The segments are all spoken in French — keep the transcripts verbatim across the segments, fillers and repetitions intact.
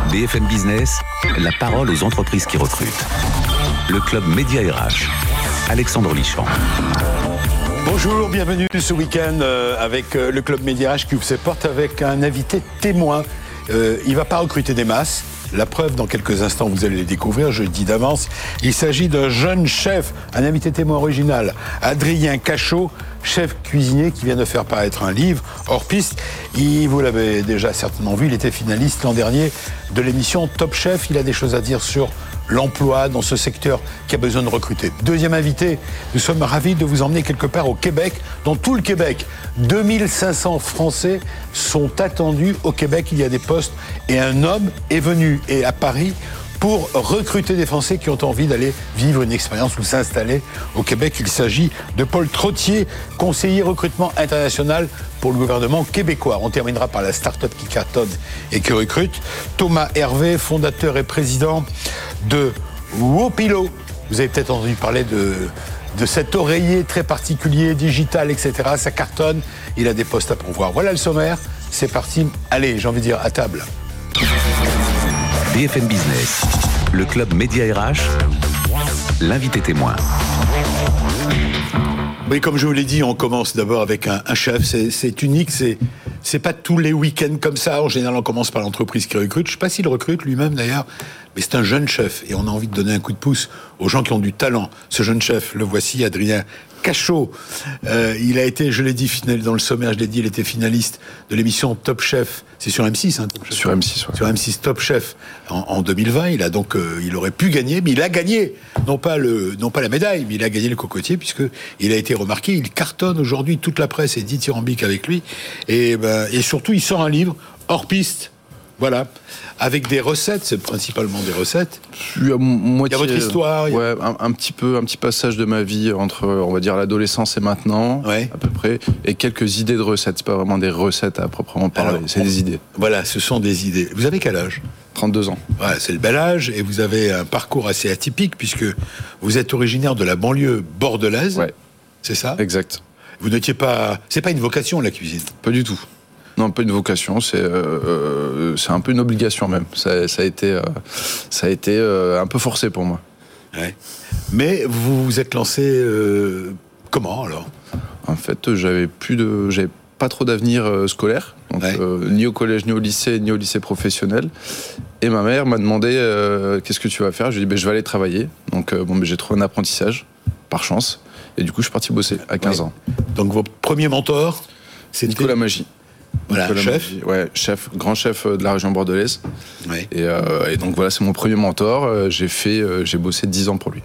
B F M Business, la parole aux entreprises qui recrutent. Le club Média R H, Alexandre Lichamp. Bonjour, bienvenue ce week-end euh, avec euh, le club Média R H qui ouvre ses portes avec un invité témoin. Euh, il ne va pas recruter des masses. La preuve, dans quelques instants, vous allez les découvrir, je le dis d'avance. Il s'agit d'un jeune chef, un invité témoin original, Adrien Cachot, chef cuisinier qui vient de faire paraître un livre, Hors Piste. Il, vous l'avez déjà certainement vu, il était finaliste l'an dernier de l'émission Top Chef. Il a des choses à dire sur l'emploi dans ce secteur qui a besoin de recruter. Deuxième invité, nous sommes ravis de vous emmener quelque part au Québec, dans tout le Québec. deux mille cinq cents Français sont attendus au Québec, il y a des postes. Et un homme est venu et à Paris pour recruter des Français qui ont envie d'aller vivre une expérience ou s'installer au Québec. Il s'agit de Paul Trottier, conseiller recrutement international pour le gouvernement québécois. On terminera par la start-up qui cartonne et qui recrute. Thomas Hervé, fondateur et président de Wopilo. Vous avez peut-être entendu parler de, de cet oreiller très particulier, digital, et cetera. Ça cartonne, il a des postes à pourvoir. Voilà le sommaire, c'est parti. Allez, j'ai envie de dire, à table. B F M Business, le club Média R H, l'invité témoin. Oui, comme je vous l'ai dit, on commence d'abord avec un, un chef. C'est, c'est unique, c'est, c'est pas tous les week-ends comme ça. En général, on commence par l'entreprise qui recrute. Je sais pas s'il recrute lui-même d'ailleurs, mais c'est un jeune chef et on a envie de donner un coup de pouce aux gens qui ont du talent. Ce jeune chef, le voici, Adrien Cachot. Euh, il a été, je l'ai dit, final, dans le sommaire, je l'ai dit, il était finaliste de l'émission Top Chef. C'est sur M six, hein, Top Chef. Sur M six, ouais. Sur M six Top Chef en, en deux mille vingt. Il a donc, euh, il aurait pu gagner, mais il a gagné. Non pas le, non pas la médaille, mais il a gagné le cocotier puisque il a été remarqué. Il cartonne aujourd'hui, toute la presse est dithyrambique avec lui. Et, ben, et surtout, il sort un livre, Hors Piste. Voilà, avec des recettes, c'est principalement des recettes. Il y a, moitié, il y a votre histoire. Il y a... Ouais, un, un petit peu, un petit passage de ma vie entre, on va dire, l'adolescence et maintenant, ouais. à peu près, et quelques idées de recettes. C'est pas vraiment des recettes à proprement parler, alors, c'est on... des idées. Voilà, ce sont des idées. Vous avez quel âge ? trente-deux ans. Ouais, c'est le bel âge, et vous avez un parcours assez atypique puisque vous êtes originaire de la banlieue bordelaise. Ouais. C'est ça ? Exact. Vous n'étiez pas, c'est pas une vocation la cuisine ? Pas du tout. Non, pas une vocation, c'est, euh, c'est un peu une obligation même. Ça, ça a été, euh, ça a été euh, un peu forcé pour moi. Ouais. Mais vous vous êtes lancé euh, comment alors ? En fait, j'avais plus de, j'avais pas trop d'avenir euh, scolaire, donc, ouais. euh, ni au collège, ni au lycée, ni au lycée professionnel. Et ma mère m'a demandé euh, qu'est-ce que tu vas faire ? Je lui ai dit ben, je vais aller travailler. Donc euh, bon, ben, j'ai trouvé un apprentissage par chance, et du coup je suis parti bosser à quinze ouais. ans. Donc votre premier mentor, c'était Nicolas Magie. Voilà, Nicolas chef. Magie, ouais, chef, grand chef de la région bordelaise. Ouais. Et, euh, et donc voilà, c'est mon premier mentor. J'ai fait, euh, j'ai bossé dix ans pour lui.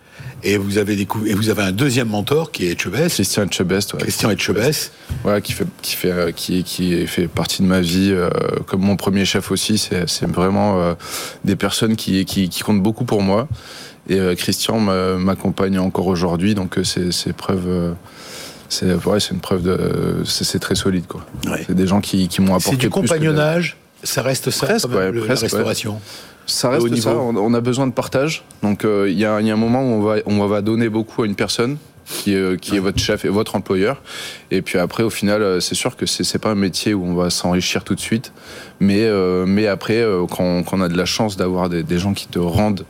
Et vous avez découvert, et vous avez un deuxième mentor qui est Etchebest. Christian Etchebest, ouais. Christian Etchebest. Voilà, qui fait, qui fait, qui, qui fait partie de ma vie, euh, comme mon premier chef aussi. C'est, c'est vraiment euh, des personnes qui, qui, qui comptent beaucoup pour moi. Et euh, Christian m'accompagne encore aujourd'hui, donc c'est, c'est preuve. Euh, C'est, ouais, c'est une preuve de. C'est, c'est très solide, quoi. Ouais. C'est des gens qui, qui m'ont apporté. C'est du compagnonnage, de... ça reste ça, presque, quand même, ouais, le, presque, la restauration. Ouais. Ça reste ça, on, on a besoin de partage. Donc il euh, y, y a un moment où on va, on va donner beaucoup à une personne qui, euh, qui ouais. est votre chef et votre employeur. Et puis après, au final, c'est sûr que c'est, c'est pas un métier où on va s'enrichir tout de suite. Mais, euh, mais après, euh, quand, quand on a de la chance d'avoir des, des gens qui te rendent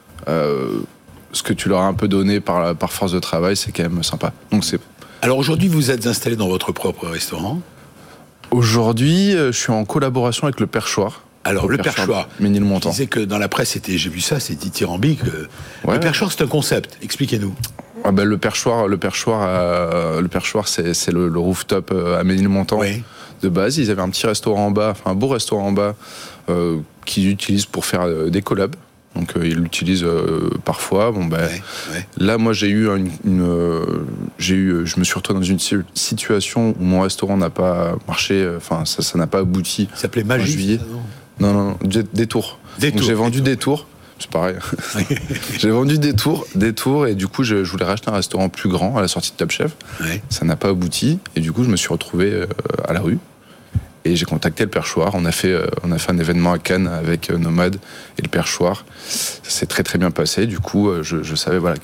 euh, ce que tu leur as un peu donné par, par force de travail, c'est quand même sympa. Donc c'est. Alors aujourd'hui, vous êtes installé dans votre propre restaurant ? Aujourd'hui, je suis en collaboration avec le Perchoir. Alors le Perchoir, Ménilmontant. Je disais que dans la presse, c'était, j'ai vu ça, c'est dithyrambique. Ouais. Le Perchoir, c'est un concept. Expliquez-nous. Ah ben, le Perchoir, le Perchoir, euh, le Perchoir, c'est, c'est le, le rooftop à Ménilmontant. Oui. De base, ils avaient un petit restaurant en bas, enfin un beau restaurant en bas, euh, qu'ils utilisent pour faire euh, des collabs. Donc euh, ils l'utilisent euh, parfois. Bon ben, ouais, ouais. Là, moi, j'ai eu une, une euh, j'ai eu, je me suis retrouvé dans une situation où mon restaurant n'a pas marché. Enfin, ça, ça n'a pas abouti. Ça s'appelait Magie. En juillet. Non, non, non, des tours. Des Donc tours, j'ai vendu des des tours. C'est pareil. J'ai vendu des tours, des tours, et du coup, je, je voulais racheter un restaurant plus grand à la sortie de Top Chef. Ouais. Ça n'a pas abouti, et du coup, je me suis retrouvé euh, à la rue. Et j'ai contacté le Perchoir. On a fait, euh, on a fait un événement à Cannes avec euh, Nomade et le Perchoir. Ça s'est très très bien passé. Du coup, euh, je, je savais voilà que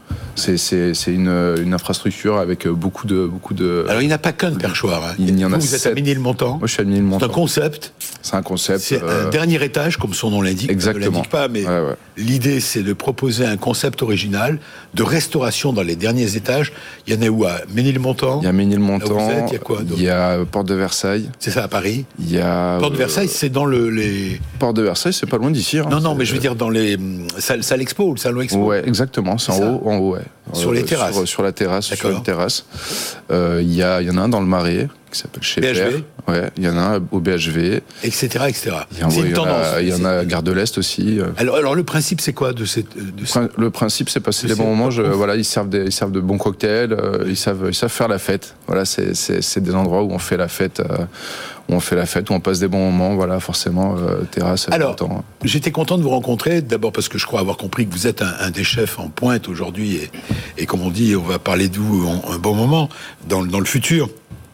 C'est, c'est, c'est une, une infrastructure avec beaucoup de, beaucoup de. Alors, il n'y en a pas qu'un de perchoir. Hein. Il y en a vous, vous êtes à Ménilmontant. Moi, je suis à Ménilmontant. C'est un concept. C'est un concept. C'est euh... un dernier étage, comme son nom l'indique. Exactement. Ne l'indique pas, mais ouais, ouais. L'idée, c'est de proposer un concept original de restauration dans les derniers étages. Il y en a où à Ménilmontant. Il y a Ménilmontant. Il y a quoi d'autre? Il y a Porte de Versailles. C'est ça, à Paris. Il y a. Porte de Versailles, c'est dans le, les. Porte de Versailles, c'est pas loin d'ici. Hein. Non, non, c'est... mais je veux dire dans les salles, salles expo, le salon expo. Ouais, exactement. C'est, c'est en haut, en haut, ouais. Sur euh, les terrasses. Sur, sur la terrasse, D'accord. sur une terrasse. Il euh, y, y en a un dans le Marais qui s'appelle chez B H V. Ouais, il y en a un au B H V. Etc. et cetera. Y a, c'est ouais, une tendance. Il y en a à Gare de l'Est aussi. Alors, alors le principe, c'est quoi de cette. De cette... Le principe, c'est passer de des bons moments. Je, voilà, ils servent, des, ils servent de bons cocktails. Euh, ils savent, ils savent faire la fête. Voilà, c'est, c'est, c'est des endroits où on fait la fête. Euh, où on fait la fête, où on passe des bons moments, voilà, forcément, euh, terrasse. Alors, temps. J'étais content de vous rencontrer, d'abord parce que je crois avoir compris que vous êtes un, un des chefs en pointe aujourd'hui, et, et comme on dit, on va parler de vous en, un bon moment, dans, dans le futur.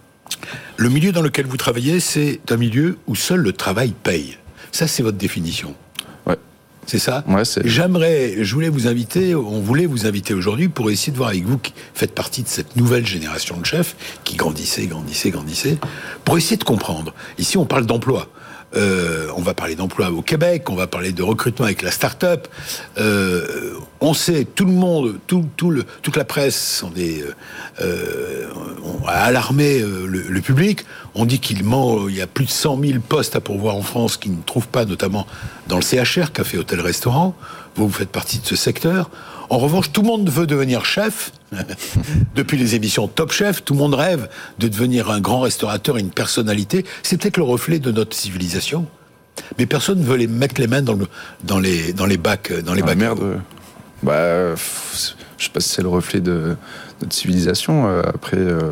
Le milieu dans lequel vous travaillez, c'est un milieu où seul le travail paye. Ça, c'est votre définition. Ouais. C'est ça ? Ouais, c'est... J'aimerais, je voulais vous inviter, on voulait vous inviter aujourd'hui pour essayer de voir avec vous, qui faites partie de cette nouvelle génération de chefs, qui grandissait, grandissait, grandissait, pour essayer de comprendre. Ici, on parle d'emploi. Euh, on va parler d'emploi au Québec, on va parler de recrutement avec la start-up. Euh, on sait, tout le monde, tout, tout le, toute la presse sont des, euh, on a alarmé euh, le, le public. On dit qu'il ment, il y a plus de cent mille postes à pourvoir en France qui ne trouvent pas, notamment dans le C H R, café, hôtel, restaurant. Vous, vous faites partie de ce secteur. En revanche, tout le monde veut devenir chef. Depuis les émissions Top Chef, tout le monde rêve de devenir un grand restaurateur, une personnalité. C'est peut-être le reflet de notre civilisation. Mais personne ne veut les mettre les mains dans, le, dans, les, dans les bacs. Dans les ah, bacs merde. Bah, je sais pas si c'est le reflet de notre civilisation. Après, euh...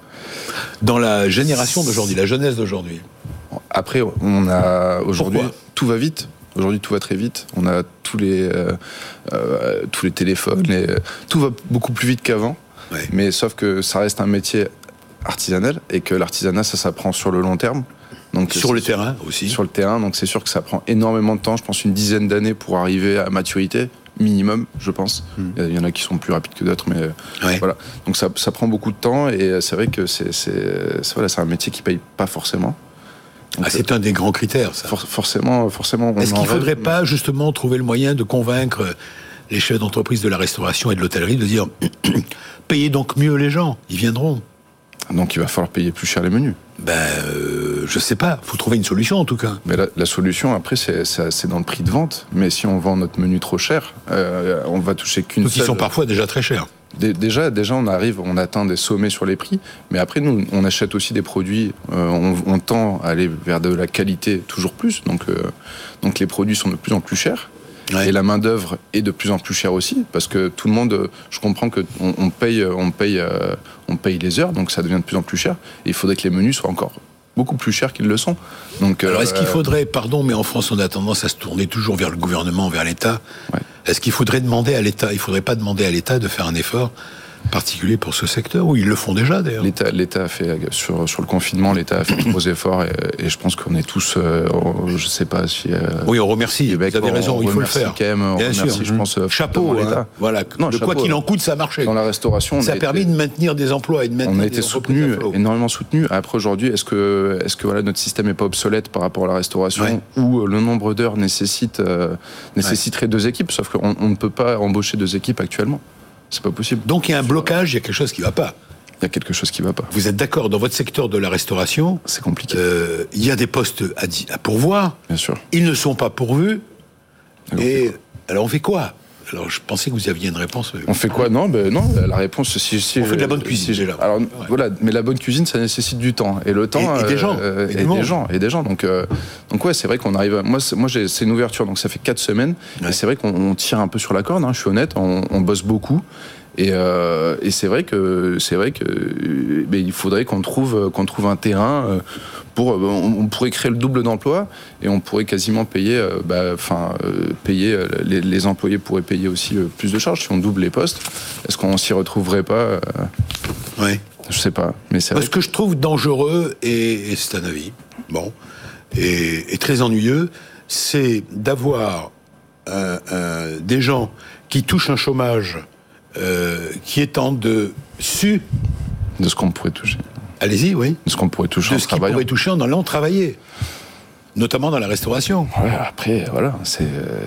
dans la génération d'aujourd'hui, la jeunesse d'aujourd'hui. Après, on a aujourd'hui Pourquoi ? Tout va vite. Aujourd'hui, tout va très vite. On a tous les, euh, euh, tous les téléphones. Les, tout va beaucoup plus vite qu'avant. Ouais. Mais sauf que ça reste un métier artisanal et que l'artisanat, ça s'apprend sur le long terme. Donc, sur le terrain aussi. Sur le terrain. Donc, c'est sûr que ça prend énormément de temps. Je pense une dizaine d'années pour arriver à maturité. Minimum, je pense. Hum. Il y en a qui sont plus rapides que d'autres, mais ouais. voilà. Donc, ça, ça prend beaucoup de temps et c'est vrai que c'est, c'est, c'est, voilà, c'est un métier qui paye pas forcément. Donc, ah, c'est un des grands critères, ça. For- forcément, forcément. Est-ce qu'il ne faudrait rêve, pas, justement, trouver le moyen de convaincre les chefs d'entreprise de la restauration et de l'hôtellerie de dire payez donc mieux les gens, ils viendront. Donc il va falloir payer plus cher les menus. Ben, euh, je sais pas. Faut trouver une solution en tout cas. Mais la, la solution après, c'est, c'est, c'est dans le prix de vente. Mais si on vend notre menu trop cher, euh, on va toucher qu'une Donc seule. Ils sont parfois déjà très chers. Déjà, déjà, on arrive, on atteint des sommets sur les prix, mais après, nous, on achète aussi des produits, euh, on, on tend à aller vers de la qualité toujours plus, donc, euh, donc les produits sont de plus en plus chers, ouais. Et la main-d'œuvre est de plus en plus chère aussi, parce que tout le monde, je comprends qu'on on paye, on paye, euh, on paye les heures, donc ça devient de plus en plus cher, et il faudrait que les menus soient encore beaucoup plus chers qu'ils le sont. Donc, alors, euh, est-ce qu'il faudrait, pardon, mais en France, on a tendance à se tourner toujours vers le gouvernement, vers l'État. Ouais. Est-ce qu'il faudrait demander à l'État, il ne faudrait pas demander à l'État de faire un effort particulier pour ce secteur, ou ils le font déjà d'ailleurs? L'État, l'État a fait, sur, sur le confinement, l'État a fait de gros efforts, et, et je pense qu'on est tous, euh, je ne sais pas si... Euh, oui, on remercie, Québec, vous avez raison, il faut le faire. Quand même, on Bien remercie, sûr. je pense, chapeau, l'État. Hein, voilà. Non, le chapeau, quoi qu'il en coûte, ça a marché. Dans la restauration, ça a, a permis été, de maintenir des emplois et de maintenir on a été soutenu, énormément soutenu. Après aujourd'hui, est-ce que, est-ce que voilà, notre système n'est pas obsolète par rapport à la restauration, ouais. Où le nombre d'heures nécessite, euh, nécessiterait ouais. deux équipes, sauf qu'on on ne peut pas embaucher deux équipes actuellement. C'est pas possible. Donc il y a un blocage, il y a quelque chose qui ne va pas. Il y a quelque chose qui ne va pas. Vous êtes d'accord, dans votre secteur de la restauration, c'est compliqué. Euh, il y a des postes à, à pourvoir. Bien sûr. Ils ne sont pas pourvus. Alors, et alors on fait quoi? Alors je pensais que vous aviez une réponse. On fait quoi? Non, ben non. La réponse, si, si on fait de la bonne cuisine. Si, alors ouais. Voilà, mais la bonne cuisine, ça nécessite du temps et le temps et, et des gens, euh, et, et des gens, et des gens. Donc, euh, donc ouais, c'est vrai qu'on arrive. À, moi, c'est, moi, j'ai, c'est une ouverture, donc ça fait quatre semaines. Ouais. Et c'est vrai qu'on on tire un peu sur la corde. Hein, je suis honnête, on, on bosse beaucoup. Et, euh, et c'est vrai que c'est vrai que mais il faudrait qu'on trouve qu'on trouve un terrain pour on, on pourrait créer le double d'emplois et on pourrait quasiment payer bah enfin euh, payer les, les employés pourraient payer aussi plus de charges si on double les postes. Est-ce qu'on s'y retrouverait pas euh, Oui. Je sais pas, mais c'est Moi, vrai ce que je trouve dangereux et, et c'est un avis bon et, et très ennuyeux, c'est d'avoir euh, euh, des gens qui touchent un chômage euh, qui est en dessus de ce qu'on pourrait toucher. Allez-y, oui. De ce qu'on pourrait toucher de en ce travaillant. qu'on pourrait toucher en allant travailler, notamment dans la restauration. Ouais, après, voilà, c'est. Euh...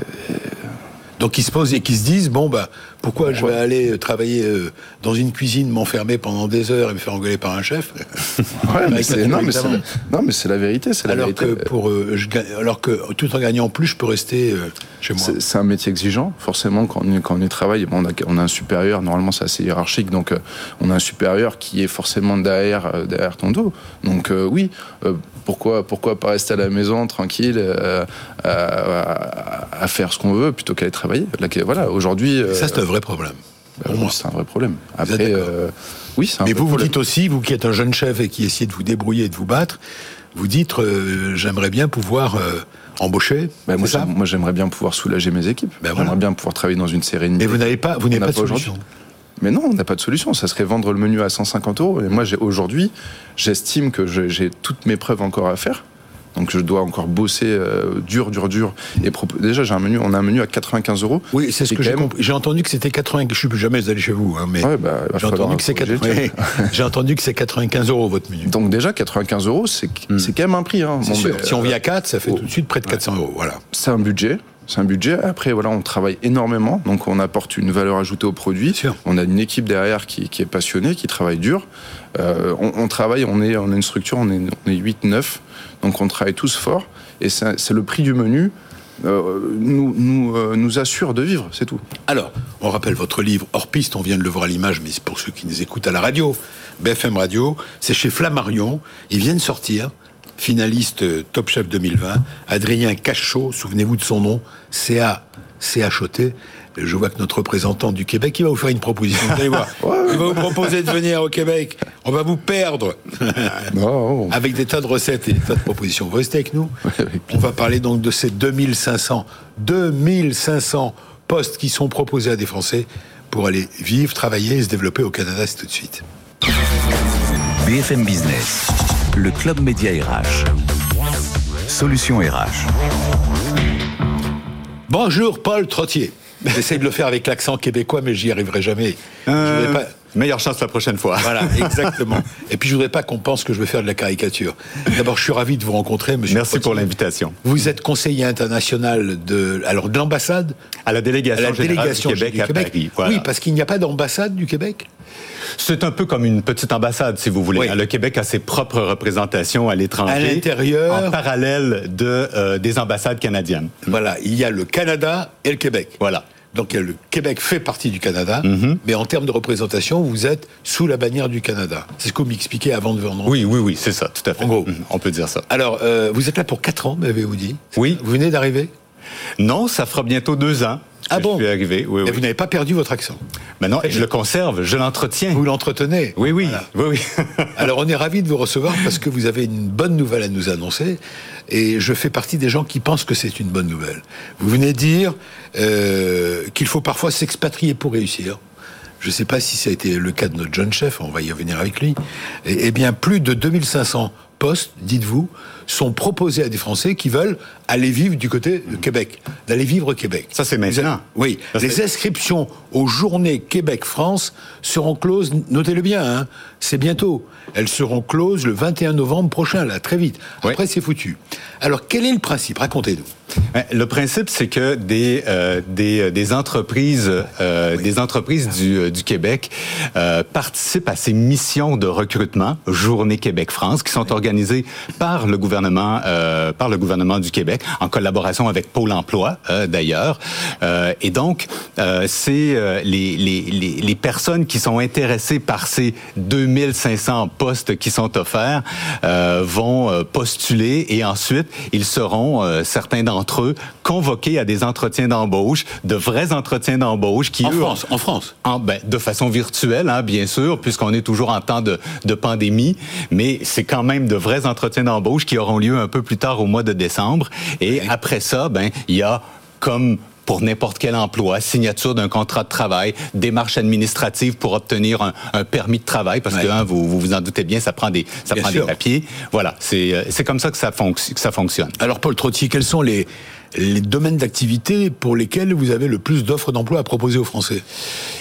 Donc ils se posent et qu'ils se disent, bon, bah, pourquoi ouais. je vais aller travailler euh, dans une cuisine, m'enfermer pendant des heures et me faire engueuler par un chef? Ouais, mais c'est, non, mais c'est la, non, mais c'est la vérité. C'est la alors, vérité. Que pour, euh, je, alors que tout en gagnant plus, je peux rester euh, chez moi. C'est, c'est un métier exigeant, forcément, quand on, quand on y travaille. Bon, on, a, on a un supérieur, normalement c'est assez hiérarchique, donc euh, on a un supérieur qui est forcément derrière, euh, derrière ton dos. Donc euh, oui, euh, pourquoi, pourquoi pas rester à la maison, tranquille, euh, à, à, à faire ce qu'on veut, plutôt qu'aller travailler. Là, voilà, aujourd'hui. Euh, ça, c'est un vrai problème. Bah, oui, c'est un vrai problème. Après, euh, oui, c'est un Mais vrai vous, problème. vous dites aussi, vous qui êtes un jeune chef et qui essayez de vous débrouiller et de vous battre, vous dites, euh, j'aimerais bien pouvoir euh, embaucher. Bah, moi, ça moi, j'aimerais bien pouvoir soulager mes équipes. Ben j'aimerais voilà. bien pouvoir travailler dans une sérénité. Mais vous n'avez pas, vous n'avez pas de solution. Mais non, on n'a pas de solution. Ça serait vendre le menu à cent cinquante euros. Et moi, j'ai, aujourd'hui, j'estime que j'ai, j'ai toutes mes preuves encore à faire. Donc je dois encore bosser euh, dur, dur, dur. Et propo- déjà, j'ai un menu, on a un menu à quatre-vingt-quinze euros. Oui, c'est ce que j'ai même... compris. J'ai entendu que c'était quatre-vingts. Je suis plus jamais allé chez vous, hein, mais ouais, bah, j'ai entendu que c'est quatre-vingts. J'ai entendu que c'est quatre-vingt-quinze euros votre menu. Donc déjà quatre-vingt-quinze euros, c'est, mm. c'est quand même un prix. Hein. C'est bon, sûr. Ben, si on vit à quatre, ça fait oh, tout de suite près de quatre cents euros. Voilà. C'est un budget. C'est un budget. Après, voilà, on travaille énormément. Donc, on apporte une valeur ajoutée au produit. On a une équipe derrière qui, qui est passionnée, qui travaille dur. Euh, on, on travaille, on est, on a une structure, on est, on est huit neuf. Donc, on travaille tous fort. Et c'est, c'est le prix du menu euh, nous, nous, euh, nous assure de vivre, c'est tout. Alors, on rappelle votre livre Hors Piste, on vient de le voir à l'image, mais c'est pour ceux qui nous écoutent à la radio, B F M Radio, c'est chez Flammarion. Il vient de sortir. Finaliste Top Chef deux mille vingt, Adrien Cachot, souvenez-vous de son nom, C A C H O T. Je vois que notre représentant du Québec, il va vous faire une proposition. Vous allez voir. Il va vous proposer de venir au Québec. On va vous perdre. Oh. Avec des tas de recettes et des tas de propositions. Vous restez avec nous. On va parler donc de ces deux mille cinq cents postes qui sont proposés à des Français pour aller vivre, travailler et se développer au Canada. C'est tout de suite. B F M Business, le Club Média R H. Solutions R H. Bonjour Paul Trottier. J'essaie de le faire avec l'accent québécois, mais j'y arriverai jamais. Euh, je voudrais pas... Meilleure chance la prochaine fois. Voilà, exactement. Et puis je voudrais pas qu'on pense que je vais faire de la caricature. D'abord, je suis ravi de vous rencontrer, monsieur. Merci Trottier. pour l'invitation. Vous êtes conseiller international de, alors de l'ambassade, à la délégation, à la générale délégation du Québec, du à Québec. Paris. Voilà. Oui, parce qu'il n'y a pas d'ambassade du Québec. C'est un peu comme une petite ambassade, si vous voulez. Oui. Le Québec a ses propres représentations à l'étranger. À l'intérieur. En parallèle de, euh, des ambassades canadiennes. Voilà, il y a le Canada et le Québec. Voilà. Donc le Québec fait partie du Canada, mm-hmm. mais en termes de représentation, vous êtes sous la bannière du Canada. C'est ce que vous m'expliquez avant de venir. Oui, oui, oui, c'est ça, tout à fait. En gros. Mm-hmm. On peut dire ça. Alors, euh, vous êtes là pour quatre ans, m'avez-vous dit? Oui. Vous venez d'arriver? Non, ça fera bientôt deux ans. Ah bon? Je suis arrivé, oui, Et oui. vous n'avez pas perdu votre accent? Mais non, je le conserve, je l'entretiens. Vous l'entretenez? Oui, oui, voilà. oui, oui. Alors, on est ravis de vous recevoir parce que vous avez une bonne nouvelle à nous annoncer. Et je fais partie des gens qui pensent que c'est une bonne nouvelle. Vous venez dire euh, qu'il faut parfois s'expatrier pour réussir. Je ne sais pas si ça a été le cas de notre jeune chef, on va y revenir avec lui. Et, et bien, plus de deux mille cinq cents postes, dites-vous, sont proposés à des Français qui veulent aller vivre du côté de Québec, d'aller vivre au Québec. Ça, c'est maintenant. Oui, Ça, les c'est... inscriptions aux journées Québec-France seront closes, notez-le bien, hein, c'est bientôt. Elles seront closes le vingt et un novembre prochain, là, très vite. Après, oui. c'est foutu. Alors, quel est le principe? Racontez-nous. Le principe, c'est que des euh, des, des entreprises euh, oui. des entreprises du, du Québec euh, participent à ces missions de recrutement, Journée Québec-France, qui sont oui. organisées par le gouvernement euh, par le gouvernement du Québec, en collaboration avec Pôle Emploi, euh, d'ailleurs. Euh, et donc, euh, c'est euh, les, les les les personnes qui sont intéressées par ces deux mille cinq cents postes qui sont offerts euh, vont postuler et ensuite ils seront euh, certains d'entre entre eux, convoqués à des entretiens d'embauche, de vrais entretiens d'embauche qui en eux, France, en France, en, ben, de façon virtuelle, hein, bien sûr, puisqu'on est toujours en temps de, de pandémie, mais c'est quand même de vrais entretiens d'embauche qui auront lieu un peu plus tard au mois de décembre. Et oui. après ça, ben il y a comme pour n'importe quel emploi, signature d'un contrat de travail, démarche administrative pour obtenir un, un permis de travail, parce ouais. que hein, vous, vous vous en doutez bien, ça prend des, ça bien prend des papiers. Voilà, c'est, c'est comme ça que ça, fonc- que ça fonctionne. Alors Paul Trottier, quels sont les, les domaines d'activité pour lesquels vous avez le plus d'offres d'emploi à proposer aux Français?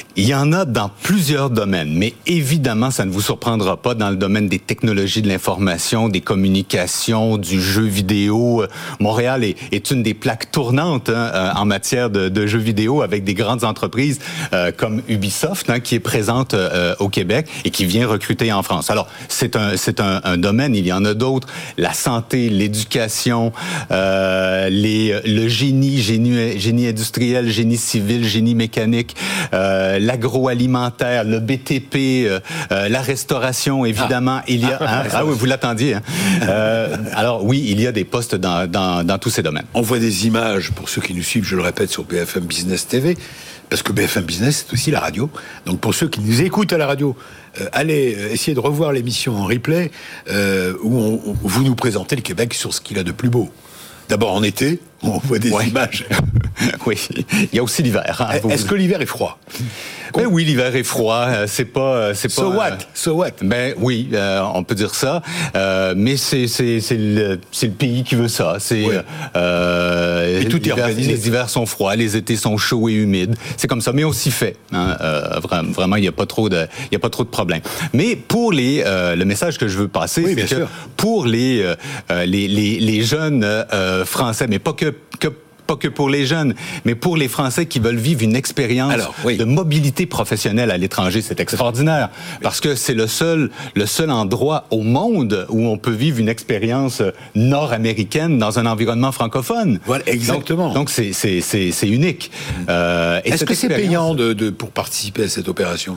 Il y en a dans plusieurs domaines, mais évidemment, ça ne vous surprendra pas dans le domaine des technologies de l'information, des communications, du jeu vidéo. Montréal est, est une des plaques tournantes hein, en matière de, de jeux vidéo avec des grandes entreprises euh, comme Ubisoft, hein, qui est présente euh, au Québec et qui vient recruter en France. Alors, c'est un, c'est un, un domaine, il y en a d'autres. La santé, l'éducation, euh, les, le génie, génie, génie industriel, génie civil, génie mécanique, euh, l'agroalimentaire, le B T P, euh, euh, la restauration, évidemment. Ah. Il y a, hein, ah oui, vous l'attendiez. Hein. Euh, alors oui, il y a des postes dans, dans, dans tous ces domaines. On voit des images, pour ceux qui nous suivent, je le répète, sur B F M Business T V, parce que B F M Business, c'est aussi la radio. Donc pour ceux qui nous écoutent à la radio, euh, allez euh, essayer de revoir l'émission en replay, euh, où on, on, vous nous présentez le Québec sur ce qu'il a de plus beau. D'abord en été, on voit des ouais. images. Oui, il y a aussi l'hiver. Hein, Est-ce vous... que l'hiver est froid? Ben oui, l'hiver est froid. C'est pas, c'est pas. So what? So what? Ben oui, euh, on peut dire ça. Euh, mais c'est, c'est, c'est le, c'est le pays qui veut ça. C'est. Oui. Euh, et tout est organisé. Les hivers sont froids, les étés sont chauds et humides. C'est comme ça, mais on s'y fait. Hein, euh, vraiment, il y a pas trop de, il y a pas trop de problèmes. Mais pour les, euh, le message que je veux passer, oui, c'est que sûr. pour les, euh, les, les, les jeunes euh, français, mais pas que, que pas que pour les jeunes, mais pour les Français qui veulent vivre une expérience Alors, oui. de mobilité professionnelle à l'étranger, c'est extraordinaire. Parce que c'est le seul, le seul endroit au monde où on peut vivre une expérience nord-américaine dans un environnement francophone. Voilà, exactement. Donc, donc c'est, c'est, c'est, c'est unique. Euh, et Est-ce que c'est payant de, de, pour participer à cette opération?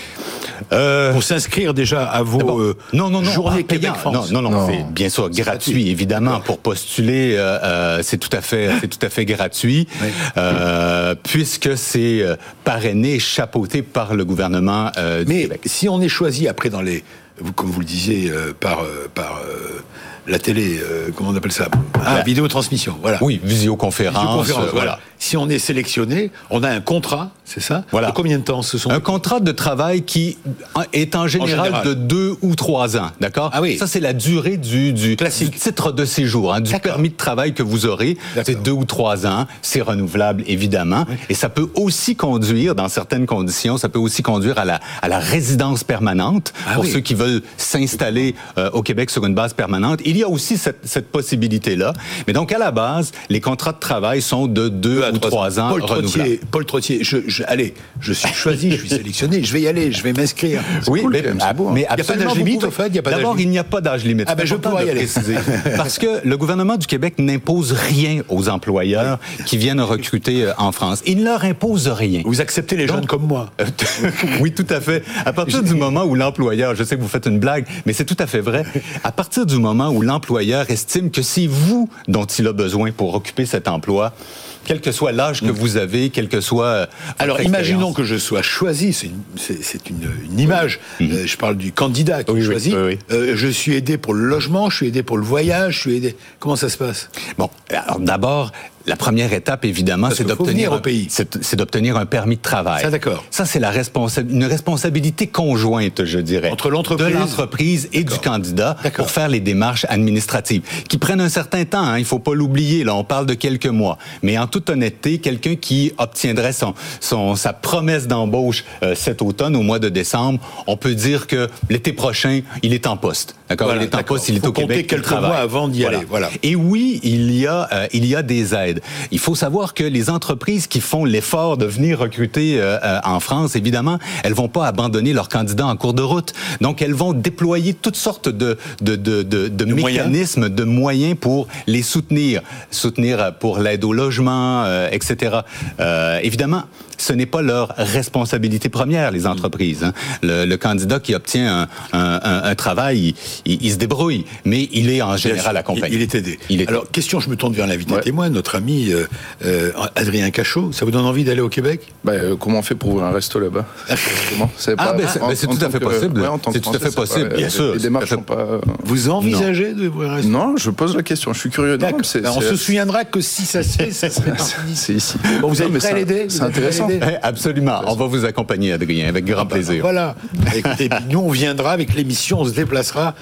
Euh, pour s'inscrire déjà à vos euh, non, non, non, journées ah, Québec-France. Non, non, non, non, c'est bien sûr c'est gratuit, gratuit, évidemment. D'accord. Pour postuler, euh, euh, c'est tout à fait, c'est tout à fait gratuit, oui. euh, puisque c'est euh, parrainé, chapeauté par le gouvernement euh, du Mais Québec. Si on est choisi après dans les, vous, comme vous le disiez, euh, par euh, par euh, la télé, euh, comment on appelle ça? Ah, la vidéotransmission, voilà. Oui, visioconférence. Visioconférence, euh, voilà. Si on est sélectionné, on a un contrat, c'est ça? Voilà. De combien de temps ce sont? Un contrat de travail qui est en général, en général. de deux ou trois ans, d'accord? Ah oui. Ça, c'est la durée du, du, du titre de séjour, hein, du d'accord. permis de travail que vous aurez. D'accord. C'est deux ou trois ans. C'est renouvelable, évidemment. Oui. Et ça peut aussi conduire, dans certaines conditions, ça peut aussi conduire à la, à la résidence permanente ah pour oui. ceux qui veulent s'installer euh, au Québec sur une base permanente. Il y a aussi cette, cette possibilité-là. Mais donc, à la base, les contrats de travail sont de deux ou trois ans Paul renouvelables. Trottier, Paul Trottier, je, je, allez, je suis choisi, je suis sélectionné, je vais y aller, je vais m'inscrire. C'est oui, cool, mais, ah, beau, hein. mais il n'y a pas d'âge limite, au fait, il y a pas D'abord, d'âge il n'y a pas d'âge limite. Ah ben, je pourrais y aller. Préciser. Parce que le gouvernement du Québec n'impose rien aux employeurs qui viennent recruter en France. Il ne leur impose rien. Vous acceptez les jeunes Donc, comme moi. Oui, tout à fait. À partir du moment où l'employeur, je sais que vous faites une blague, mais c'est tout à fait vrai. À partir du moment où l'employeur estime que c'est vous dont il a besoin pour occuper cet emploi, quel que soit l'âge que vous avez, quel que soit... Alors, imaginons que je sois choisi, c'est une, c'est, c'est une, une image, oui. euh, je parle du candidat qui oui, est choisi, oui, oui. Euh, je suis aidé pour le logement, je suis aidé pour le voyage, je suis aidé... Comment ça se passe? Bon, alors d'abord... La première étape, évidemment, c'est d'obtenir, au pays. C'est, c'est d'obtenir un permis de travail. Ça, d'accord. Ça, c'est la responsa- une responsabilité conjointe, je dirais. Entre l'entreprise, de l'entreprise et d'accord. du candidat d'accord. pour faire les démarches administratives, qui prennent un certain temps. Hein, il faut pas l'oublier. Là, on parle de quelques mois. Mais en toute honnêteté, quelqu'un qui obtiendrait son, son sa promesse d'embauche euh, cet automne, au mois de décembre, on peut dire que l'été prochain, il est en poste. D'accord. Voilà, il est en d'accord. poste. Il est faut au Québec. Quelques il travaille. mois avant d'y voilà. aller. Voilà. Et oui, il y a euh, il y a des aides. Il faut savoir que les entreprises qui font l'effort de venir recruter euh, euh, en France, évidemment, elles vont pas abandonner leurs candidats en cours de route. Donc, elles vont déployer toutes sortes de, de, de, de, de, de mécanismes, moyens. de moyens pour les soutenir. Soutenir pour l'aide au logement, euh, et cetera. Euh, évidemment, ce n'est pas leur responsabilité première, les entreprises. Hein. Le, le candidat qui obtient un, un, un, un travail, il, il, il se débrouille, mais il est en général accompagné. Il, il est aidé. Il est Alors, aidé. question, je me tourne vers l'invité Ouais. témoin, notre ami euh, euh, Adrien Cachot. Ça vous donne envie d'aller au Québec? Bah, euh, comment on fait pour ouvrir un resto là-bas? Comment c'est Ah, pas, ben c'est, en, ben c'est en tout à fait que, possible. Ouais, en tant c'est que tout à fait Français, possible, pas, bien les, sûr. Les démarches sont pas... Vous envisagez non. d'ouvrir un resto? Non, je pose la question. Je suis curieux. D'accord. Non, c'est, ben, on c'est... se souviendra que si ça se fait, ça serait parti. C'est ici. Bon, vous êtes non, prêt à l'aider? C'est intéressant. Eh, absolument. On va vous accompagner, Adrien, avec grand ah, bah, plaisir. Voilà. Écoutez, nous, on viendra avec l'émission, on se déplacera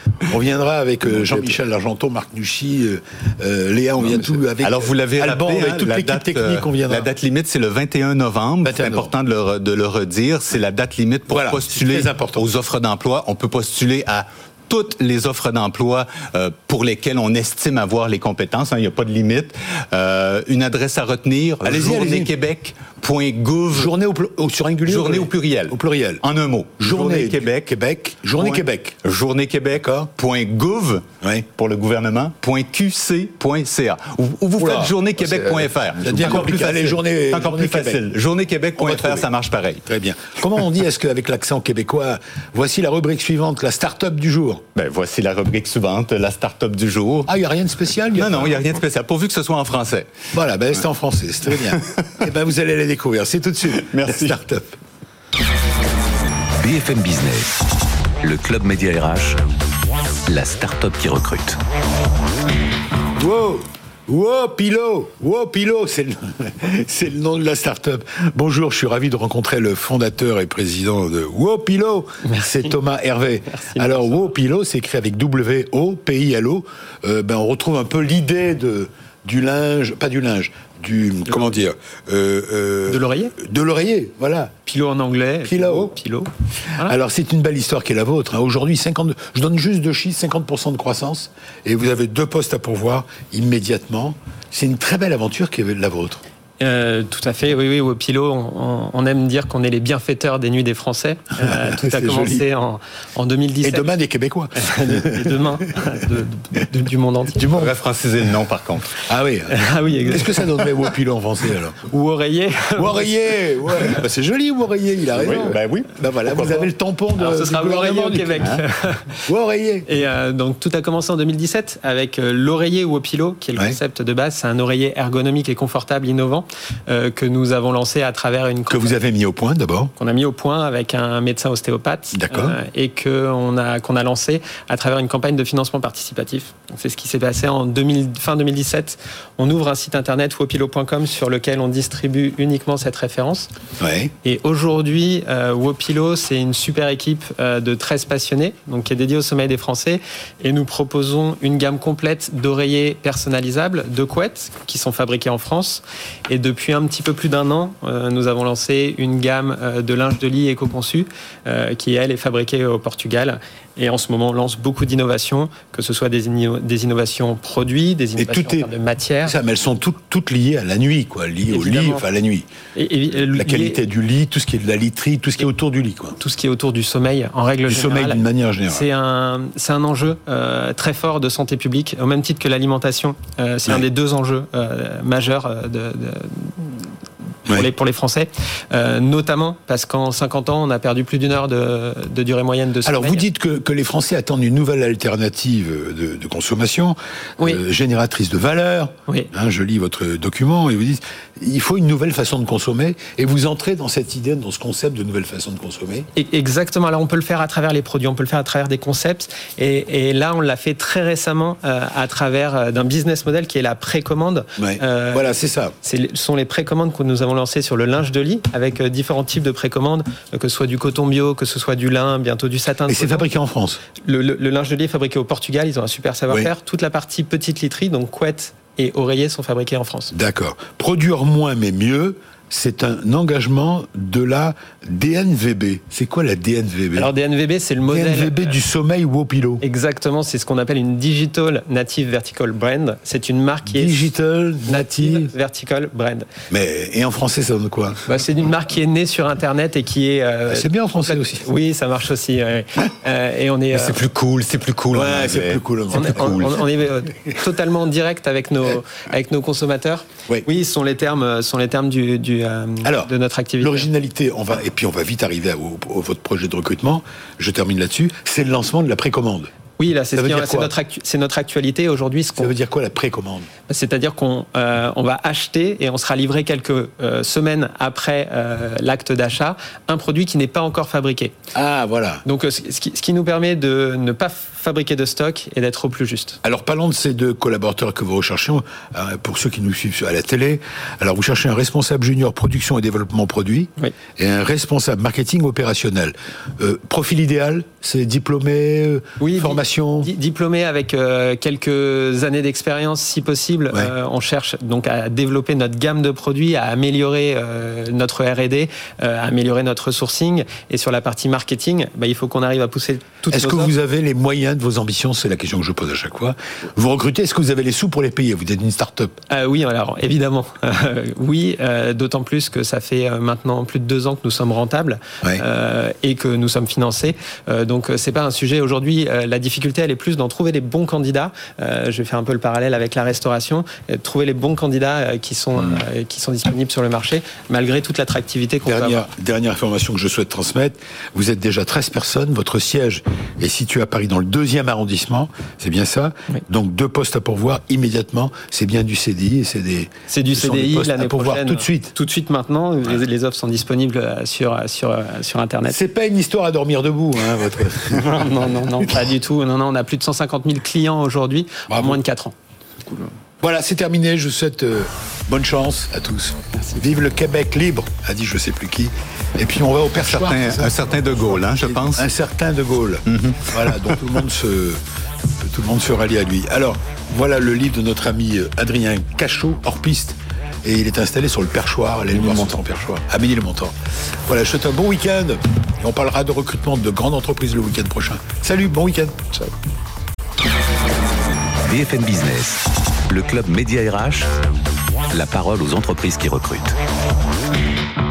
On viendra avec euh, Jean-Michel Argenton, Marc Nuchy, euh, euh, Léa, on non, vient tout avec. Alors vous l'avez Alban, rappelé, avec hein, toute la l'équipe date, technique, on viendra. La date limite, c'est le vingt et un novembre. C'est important de le, de le redire. C'est la date limite pour voilà, postuler aux offres d'emploi. On peut postuler à toutes les offres d'emploi euh, pour lesquelles on estime avoir les compétences. Hein, il n'y a pas de limite. Euh, une adresse à retenir, journée québec point gouv. Journée au, au singulier. Journée au pluriel. Au pluriel. En un mot. Journée Québec. Québec. Journée point, Québec. Journée Québec. Point gouv oui. pour le gouvernement. Point q c point c a. Ou, ou vous Oula, faites journée québec point f r. C'est encore plus facile. Journée, encore plus facile. journée québec point f r, ça marche pareil. Très bien. Comment on dit, est-ce qu'avec l'accent québécois, voici la rubrique suivante, la start-up du jour? Ben, voici la rubrique suivante, la start-up du jour. Ah, il n'y a rien de spécial? Non, non, il n'y a rien de spécial, pourvu que ce soit en français. Voilà, ben, c'est en français, c'est très bien. Et ben, vous allez la découvrir, c'est tout de suite. Merci. La start-up. B F M Business, le Club Média R H, la start-up qui recrute. Wow! Wow, Pilo! Wow, Pilo! C'est le, c'est le nom de la start-up. Bonjour, je suis ravi de rencontrer le fondateur et président de Wow, Pilo. C'est Thomas Hervé. Merci, Alors, Wow, Pilo, c'est écrit avec W O P I L O. Euh, ben, on retrouve un peu l'idée de, du linge, pas du linge, du, de comment dire, euh, euh, de l'oreiller. De l'oreiller, voilà. Pilo en anglais. Pilo. Pilo. Voilà. Alors, c'est une belle histoire qui est la vôtre. Hein. Aujourd'hui, cinquante, je donne juste deux chiffres, cinquante pour cent de croissance, et vous avez deux postes à pourvoir immédiatement. C'est une très belle aventure qui est la vôtre. Euh, tout à fait, oui, oui, au Pilo, on, on aime dire qu'on est les bienfaiteurs des nuits des Français. Euh, tout a commencé en, en deux mille dix-sept. Et demain des Québécois. Et demain de, de, de, du monde entier. Du monde. On va franciser le nom, par contre. Ah oui. Ah oui, exactement. Qu'est-ce que ça donnerait au Pilo en français alors? Ou oreiller. Ou oreiller, ouais. Bah, c'est joli, ou oreiller, il a raison. Oui, bah oui. Bah voilà, vous avez le tampon de. Alors, ce sera oreiller au Québec. Hein ou oreiller. Et euh, donc tout a commencé en deux mille dix-sept avec euh, l'oreiller ou au Pilo, qui est le ouais. concept de base. C'est un oreiller ergonomique et confortable, innovant, euh, que nous avons lancé à travers une... Que vous avez mis au point d'abord. Qu'on a mis au point avec un médecin ostéopathe. D'accord. Euh, et qu'on a, qu'on a lancé à travers une campagne de financement participatif. Donc, c'est ce qui s'est passé en deux mille, fin deux mille dix-sept. On ouvre un site internet wopilo point com sur lequel on distribue uniquement cette référence. Ouais. Et aujourd'hui, euh, Wopilo, c'est une super équipe euh, de treize passionnés, donc qui est dédiée au sommeil des Français. Et nous proposons une gamme complète d'oreillers personnalisables, de couettes, qui sont fabriqués en France. Et depuis un petit peu plus d'un an, euh, nous avons lancé une gamme euh, de linge de lit éco-conçu euh, qui, elle, est fabriquée au Portugal. Et en ce moment, on lance beaucoup d'innovations, que ce soit des, inno- des innovations produits, des innovations en termes de matière. Ça, mais elles sont toutes, toutes liées à la nuit, quoi. Liées Évidemment. au lit, enfin à la nuit. Et, et, la qualité lié... du lit, tout ce qui est de la literie, tout ce qui est autour du lit, quoi. Tout ce qui est autour du sommeil, en règle du générale. Du sommeil d'une manière générale. C'est un, c'est un enjeu euh, très fort de santé publique, au même titre que l'alimentation. Euh, c'est ouais. un des deux enjeux euh, majeurs de... de Pour, ouais. les, pour les Français, euh, notamment parce qu'en cinquante ans, on a perdu plus d'une heure de, de durée moyenne de sommeil. Alors, vous dites que, que les Français attendent une nouvelle alternative de, de consommation, oui. euh, génératrice de valeur. Oui. Hein, je lis votre document et vous dites il faut une nouvelle façon de consommer. Et vous entrez dans cette idée, dans ce concept de nouvelle façon de consommer. Et exactement. Alors, on peut le faire à travers les produits, on peut le faire à travers des concepts. Et, et là, on l'a fait très récemment euh, à travers d'un business model qui est la précommande. Ouais. Euh, voilà, c'est ça. C'est, ce sont les précommandes que nous avons lancé sur le linge de lit avec différents types de précommandes, que ce soit du coton bio, que ce soit du lin, bientôt du satin. Et c'est fabriqué en France. Le, le, le linge de lit est fabriqué au Portugal, ils ont un super savoir-faire. Oui. Toute la partie petite literie, donc couettes et oreillers, sont fabriqués en France. D'accord. Produire moins mais mieux, c'est un engagement de la D N V B. C'est quoi la D N V B? Alors D N V B, c'est le modèle... D N V B du sommeil Wopilo. Exactement, c'est ce qu'on appelle une Digital Native Vertical Brand. C'est une marque qui est... Digital Native Vertical Brand. Mais, et en français, ça donne quoi? Bah, c'est une marque qui est née sur Internet et qui est... Euh, c'est bien en français aussi. Oui, ça marche aussi. Ouais. euh, et on est... Euh, c'est plus cool, c'est plus cool. Ouais, c'est plus cool. On, plus cool. On, on est euh, totalement en direct avec nos, avec nos consommateurs. Oui, oui ce sont les termes, sont les termes du... du euh, Alors, de notre activité. L'originalité, on va, et puis on va vite arriver à, au, au, votre projet de recrutement, je termine là-dessus, c'est le lancement de la précommande. Oui, là, c'est, ce qui, c'est, notre, actu, c'est notre actualité aujourd'hui. Ce Ça veut dire quoi la précommande? C'est-à-dire qu'on euh, on va acheter et on sera livré quelques euh, semaines après euh, l'acte d'achat un produit qui n'est pas encore fabriqué. Ah, voilà. Donc, euh, ce, qui, ce qui nous permet de ne pas fabriquer de stock et d'être au plus juste. Alors, parlons de ces deux collaborateurs que vous recherchez, euh, pour ceux qui nous suivent à la télé. Alors, vous cherchez un responsable junior production et développement produit, oui. et un responsable marketing opérationnel. Euh, profil idéal, c'est diplômé, euh, oui, formation formation. Di- diplômé avec euh, quelques années d'expérience, si possible. Ouais. Euh, on cherche donc à développer notre gamme de produits, à améliorer euh, notre R et D, euh, à améliorer notre sourcing. Et sur la partie marketing, bah, il faut qu'on arrive à pousser toutes Est-ce nos que offres. vous avez les moyens de vos ambitions? C'est la question que je pose à chaque fois. Vous recrutez, est-ce que vous avez les sous pour les payer? Vous êtes une start-up. Euh, oui, alors évidemment, euh, oui, euh, d'autant plus que ça fait euh, maintenant plus de deux ans que nous sommes rentables Ouais. euh, et que nous sommes financés. Euh, donc euh, c'est pas un sujet aujourd'hui. Euh, la difficulté, elle est plus d'en trouver les bons candidats. Euh, je vais faire un peu le parallèle avec la restauration, euh, trouver les bons candidats euh, qui sont euh, qui sont disponibles sur le marché, malgré toute l'attractivité qu'on peut avoir. Dernière, dernière information que je souhaite transmettre. Vous êtes déjà treize personnes. Votre siège est situé à Paris dans le deuxième arrondissement. C'est bien ça? Oui. Donc deux postes à pourvoir immédiatement. C'est bien du C D I et c'est des. C'est du ce sont C D des I postes l'année à pourvoir prochaine. tout de suite. Tout de suite maintenant. Les, les offres sont disponibles euh, sur sur euh, sur internet. C'est pas une histoire à dormir debout, hein, votre. Non, non, non, non, pas du tout. Non, non, on a plus de cent cinquante mille clients aujourd'hui en Bravo. moins de quatre ans. Voilà, c'est terminé. Je vous souhaite euh, bonne chance à tous. Vive le Québec libre, a dit je sais plus qui. Et puis on va au perchoir. Certain- c'est ça un certain De Gaulle, hein, je pense. Un certain De Gaulle. Voilà, donc tout le monde se, tout le monde se rallie à lui. Alors, voilà le livre de notre ami euh, Adrien Cachot, hors piste. Et il est installé sur le perchoir, allez le voir sur son perchoir, à Ménilmontant. Voilà, je souhaite un bon week-end. Et on parlera de recrutement de grandes entreprises le week-end prochain. Salut, bon week-end. Ciao. B F M Business, le club Média R H, la parole aux entreprises qui recrutent.